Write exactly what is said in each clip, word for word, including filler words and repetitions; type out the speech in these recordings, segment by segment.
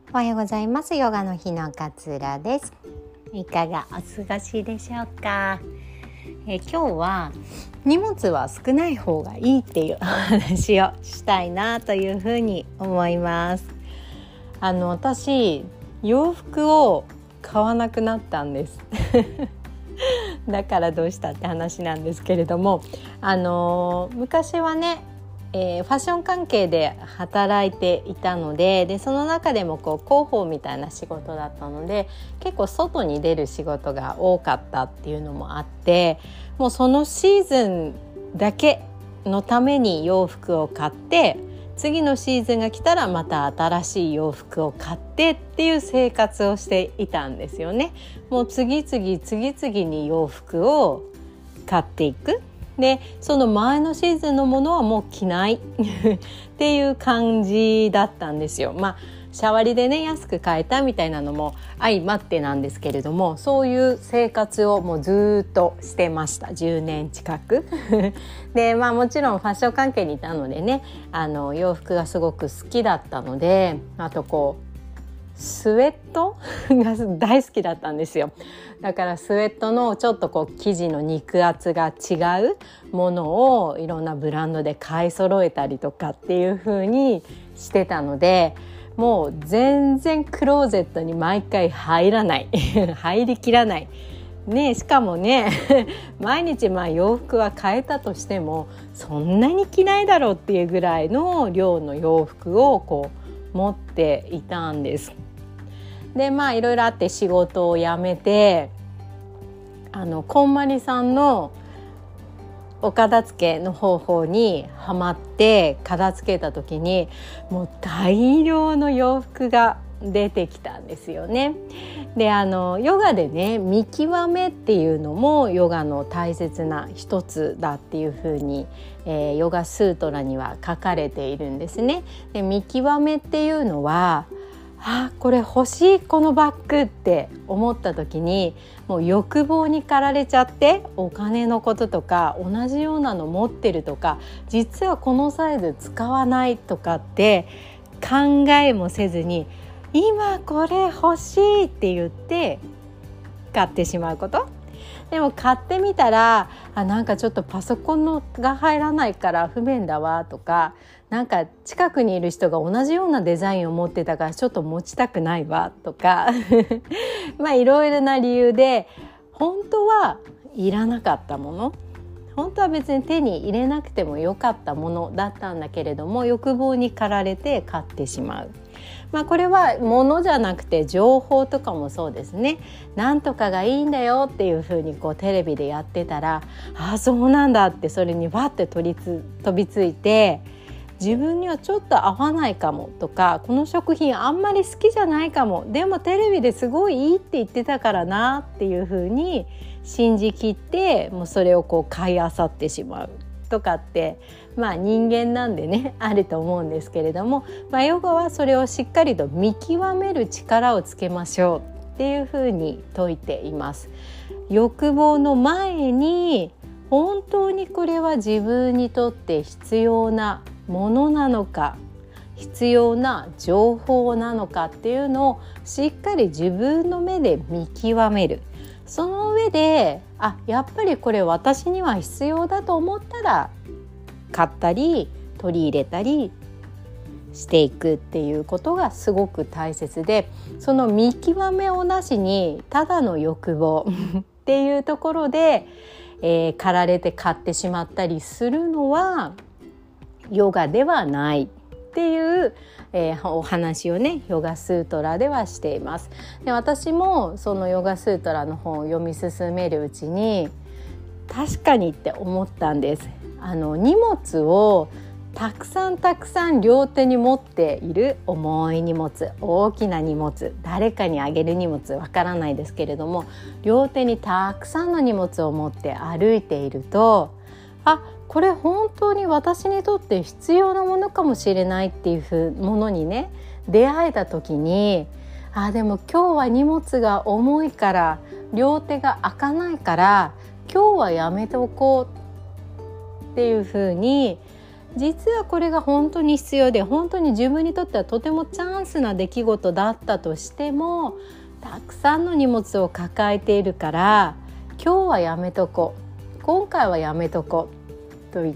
おはようございます。ヨガの日の勝浦です。いかがお過ごしでしょうか。え今日は荷物は少ない方がいいっていうお話をしたいなというふうに思います。あの私洋服を買わなくなったんですだからどうしたって話なんですけれども、あの昔はねえー、ファッション関係で働いていたので、でその中でもこう広報みたいな仕事だったので、結構外に出る仕事が多かったっていうのもあって、もうそのシーズンだけのために洋服を買って、次のシーズンが来たらまた新しい洋服を買ってっていう生活をしていたんですよね。もう次々次々に洋服を買っていく。でその前のシーズンのものはもう着ないっていう感じだったんですよ。まあシャワリでね安く買えたみたいなのも相まってなんですけれども、そういう生活をもうずっとしてました。じゅうねん近くでまあもちろんファッション関係にいたのでね、あの洋服がすごく好きだったので、あとこうスウェットが大好きだったんですよ。だからスウェットのちょっとこう生地の肉厚が違うものをいろんなブランドで買い揃えたりとかっていう風にしてたので、もう全然クローゼットに毎回入らない入りきらないね。しかもね毎日まあ洋服は買えたとしてもそんなに着ないだろうっていうぐらいの量の洋服をこう持っていたんです。でまあいろいろあって仕事を辞めて、あのこんまりさんのお片付けの方法にハマって片付けた時に、もう大量の洋服が出てきたんですよね。であのヨガでね見極めっていうのもヨガの大切な一つだっていうふうに、えー、ヨガスートラには書かれているんですね。で見極めっていうのは、あこれ欲しいこのバッグって思った時にもう欲望に駆られちゃって、お金のこととか同じようなの持ってるとか、実はこのサイズ使わないとかって考えもせずに、今これ欲しいって言って買ってしまうこと。でも買ってみたら、あなんかちょっとパソコンのが入らないから不便だわとか、なんか近くにいる人が同じようなデザインを持ってたからちょっと持ちたくないわとかまあいろいろな理由で本当はいらなかったもの、本当は別に手に入れなくてもよかったものだったんだけれども、欲望に駆られて買ってしまう。まあこれは物じゃなくて情報とかもそうですね。なんとかがいいんだよっていう風にこうテレビでやってたら、ああそうなんだってそれにバッて取りつ飛びついて、自分にはちょっと合わないかもとか、この食品あんまり好きじゃないかも、でもテレビですごいいいって言ってたからなっていう風に信じきって、もうそれをこう買い漁ってしまうとかって、まあ人間なんでねあると思うんですけれども、まあ、ヨガはそれをしっかりと見極める力をつけましょうっていう風に説いています。欲望の前に本当にこれは自分にとって必要なものなのか、必要な情報なのかっていうのをしっかり自分の目で見極める。その上で、あやっぱりこれ私には必要だと思ったら買ったり取り入れたりしていくっていうことがすごく大切で、その見極めをなしにただの欲望っていうところで、えー、駆られて買ってしまったりするのはヨガではないっていう、えー、お話をねヨガスートラではしています。で私もそのヨガスートラの本を読み進めるうちに確かにって思ったんです。あの荷物をたくさんたくさん両手に持っている、重い荷物、大きな荷物、誰かにあげる荷物わからないですけれども、両手にたくさんの荷物を持って歩いていると、あこれ本当に私にとって必要なものかもしれないっていうものにね出会えた時に、あでも今日は荷物が重いから両手が開かないから今日はやめておこうっていうふうに実はこれが本当に必要で、本当に自分にとってはとてもチャンスな出来事だったとしても、たくさんの荷物を抱えているから、今日はやめとこう、今回はやめとこうと言って、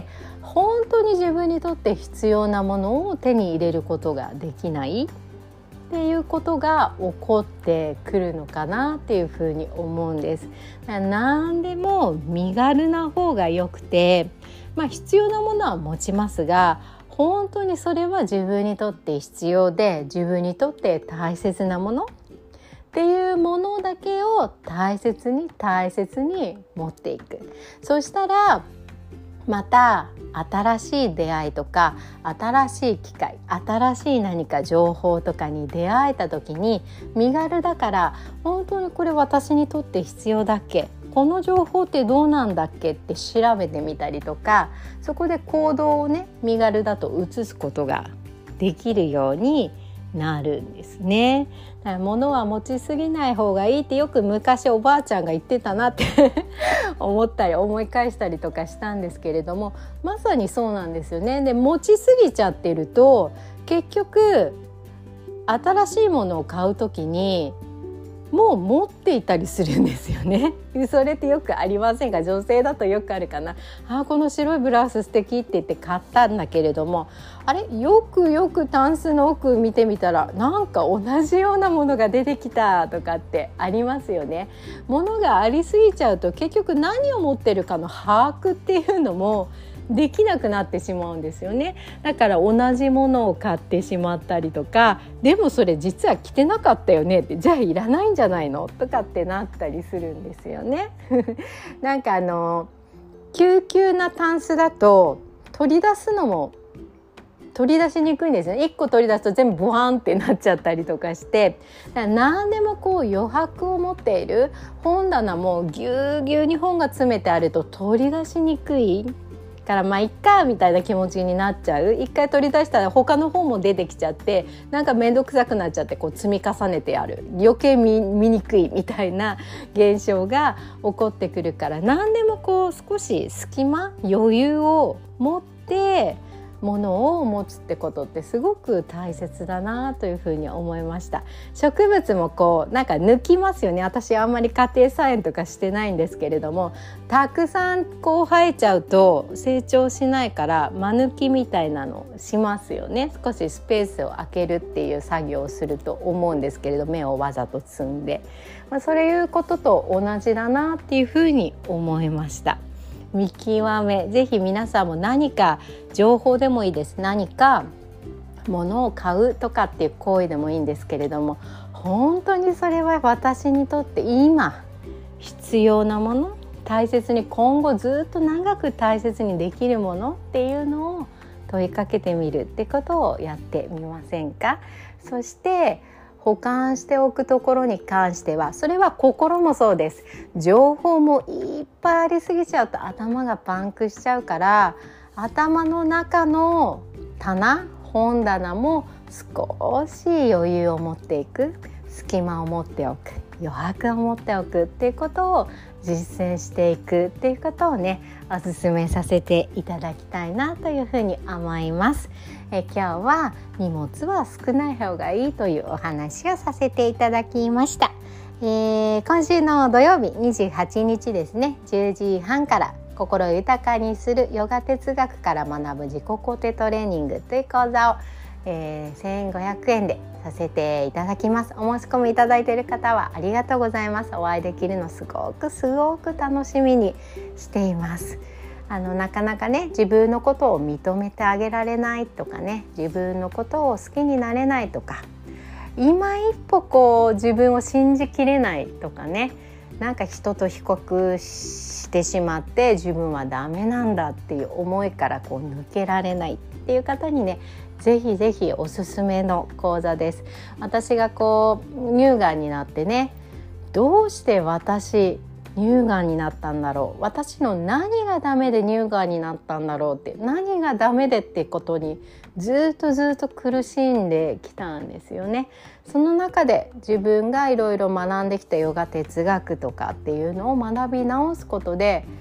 本当に自分にとって必要なものを手に入れることができないっていうことが起こってくるのかなっていうふうに思うんです。何でも身軽な方がよくて、まあ、必要なものは持ちますが、本当にそれは自分にとって必要で、自分にとって大切なものっていうものだけを大切に大切に持っていく。そしたらまた新しい出会いとか、新しい機会、新しい何か情報とかに出会えた時に、身軽だから、本当にこれ私にとって必要だっけ、この情報ってどうなんだっけって調べてみたりとか、そこで行動をね、身軽だと移すことができるようになるんですね。だから物は持ちすぎない方がいいってよく昔おばあちゃんが言ってたなって思ったり思い返したりとかしたんですけれども、まさにそうなんですよね。で、持ちすぎちゃってると、結局新しいものを買うときにもう持っていたりするんですよね。それってよくありませんか？女性だとよくあるかな。あ、この白いブラウス素敵って言って買ったんだけれども、あれ、よくよくタンスの奥見てみたら、なんか同じようなものが出てきたとかってありますよね。物がありすぎちゃうと、結局何を持ってるかの把握っていうのもできなくなってしまうんですよね。だから同じものを買ってしまったりとか、でもそれ実は着てなかったよねって、じゃあいらないんじゃないのとかってなったりするんですよね。なんかあの救急なタンスだと取り出すのも取り出しにくいんですよね。いっこ取り出すと全部ボワンってなっちゃったりとかして、だから何でもこう余白を持っている、本棚もぎゅうぎゅうに本が詰めてあると取り出しにくいから、まあいっかみたいな気持ちになっちゃう。一回取り出したら他の本も出てきちゃって、なんか面倒くさくなっちゃって、こう積み重ねてある、余計 見, 見にくいみたいな現象が起こってくるから、何でもこう少し隙間余裕を持ってものを持つってことってすごく大切だなというふうに思いました。植物もこうなんか抜きますよね。私あんまり家庭菜園とかしてないんですけれども、たくさんこう生えちゃうと成長しないから間抜きみたいなのしますよね。少しスペースを空けるっていう作業をすると思うんですけれど、芽をわざと摘んで、まあ、そういうことと同じだなっていうふうに思いました。見極め、ぜひ皆さんも何か情報でもいいです、何か物を買うとかっていう行為でもいいんですけれども、本当にそれは私にとって今必要なもの、大切に今後ずっと長く大切にできるものっていうのを問いかけてみるってことをやってみませんか？そして保管しておくところに関しては、それは心もそうです。情報もいっぱいありすぎちゃうと頭がパンクしちゃうから、頭の中の棚、本棚も少し余裕を持っていく、隙間を持っておく、余白を持っておくっていうことを実践していくっていうことをね、お勧めさせていただきたいなというふうに思います。え今日は荷物は少ない方がいいというお話をさせていただきました。えー、今週の土曜日にじゅうはちにちですね、じゅうじはんから心豊かにするヨガ哲学から学ぶ自己肯定トレーニングという講座を、えー、せんごひゃくえんでさせていただきます。お申し込みいただいている方はありがとうございます。お会いできるのすごくすごく楽しみにしています。あのなかなかね、自分のことを認めてあげられないとかね、自分のことを好きになれないとか、今一歩こう自分を信じきれないとかね、なんか人と比較してしまって自分はダメなんだっていう思いからこう抜けられないっていう方にね、ぜひぜひおすすめの講座です。私がこう乳がんになってね、どうして私乳がんになったんだろう、私の何がダメで乳がんになったんだろうって、何がダメでってことにずっとずっと苦しんできたんですよね。その中で自分がいろいろ学んできたヨガ哲学とかっていうのを学び直すことで、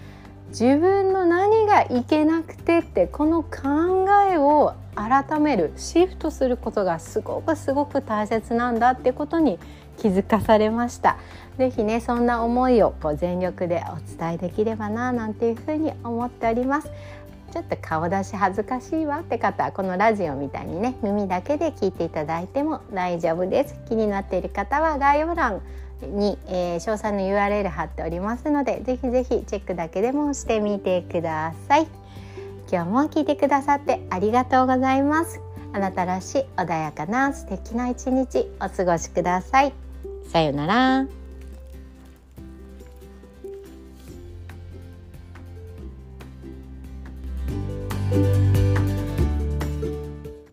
自分の何がいけなくてってこの考えを改めるシフトすることがすごくすごく大切なんだってことに気づかされました。ぜひねそんな思いをこう全力でお伝えできればななんていうふうに思っております。ちょっと顔出し恥ずかしいわって方はこのラジオみたいにね耳だけで聞いていただいても大丈夫です。気になっている方は概要欄に、えー、詳細の ユーアールエル 貼っておりますので、ぜひぜひチェックだけでもしてみてください。今日も聞いてくださってありがとうございます。あなたらしい穏やかな素敵な一日お過ごしください。さようなら。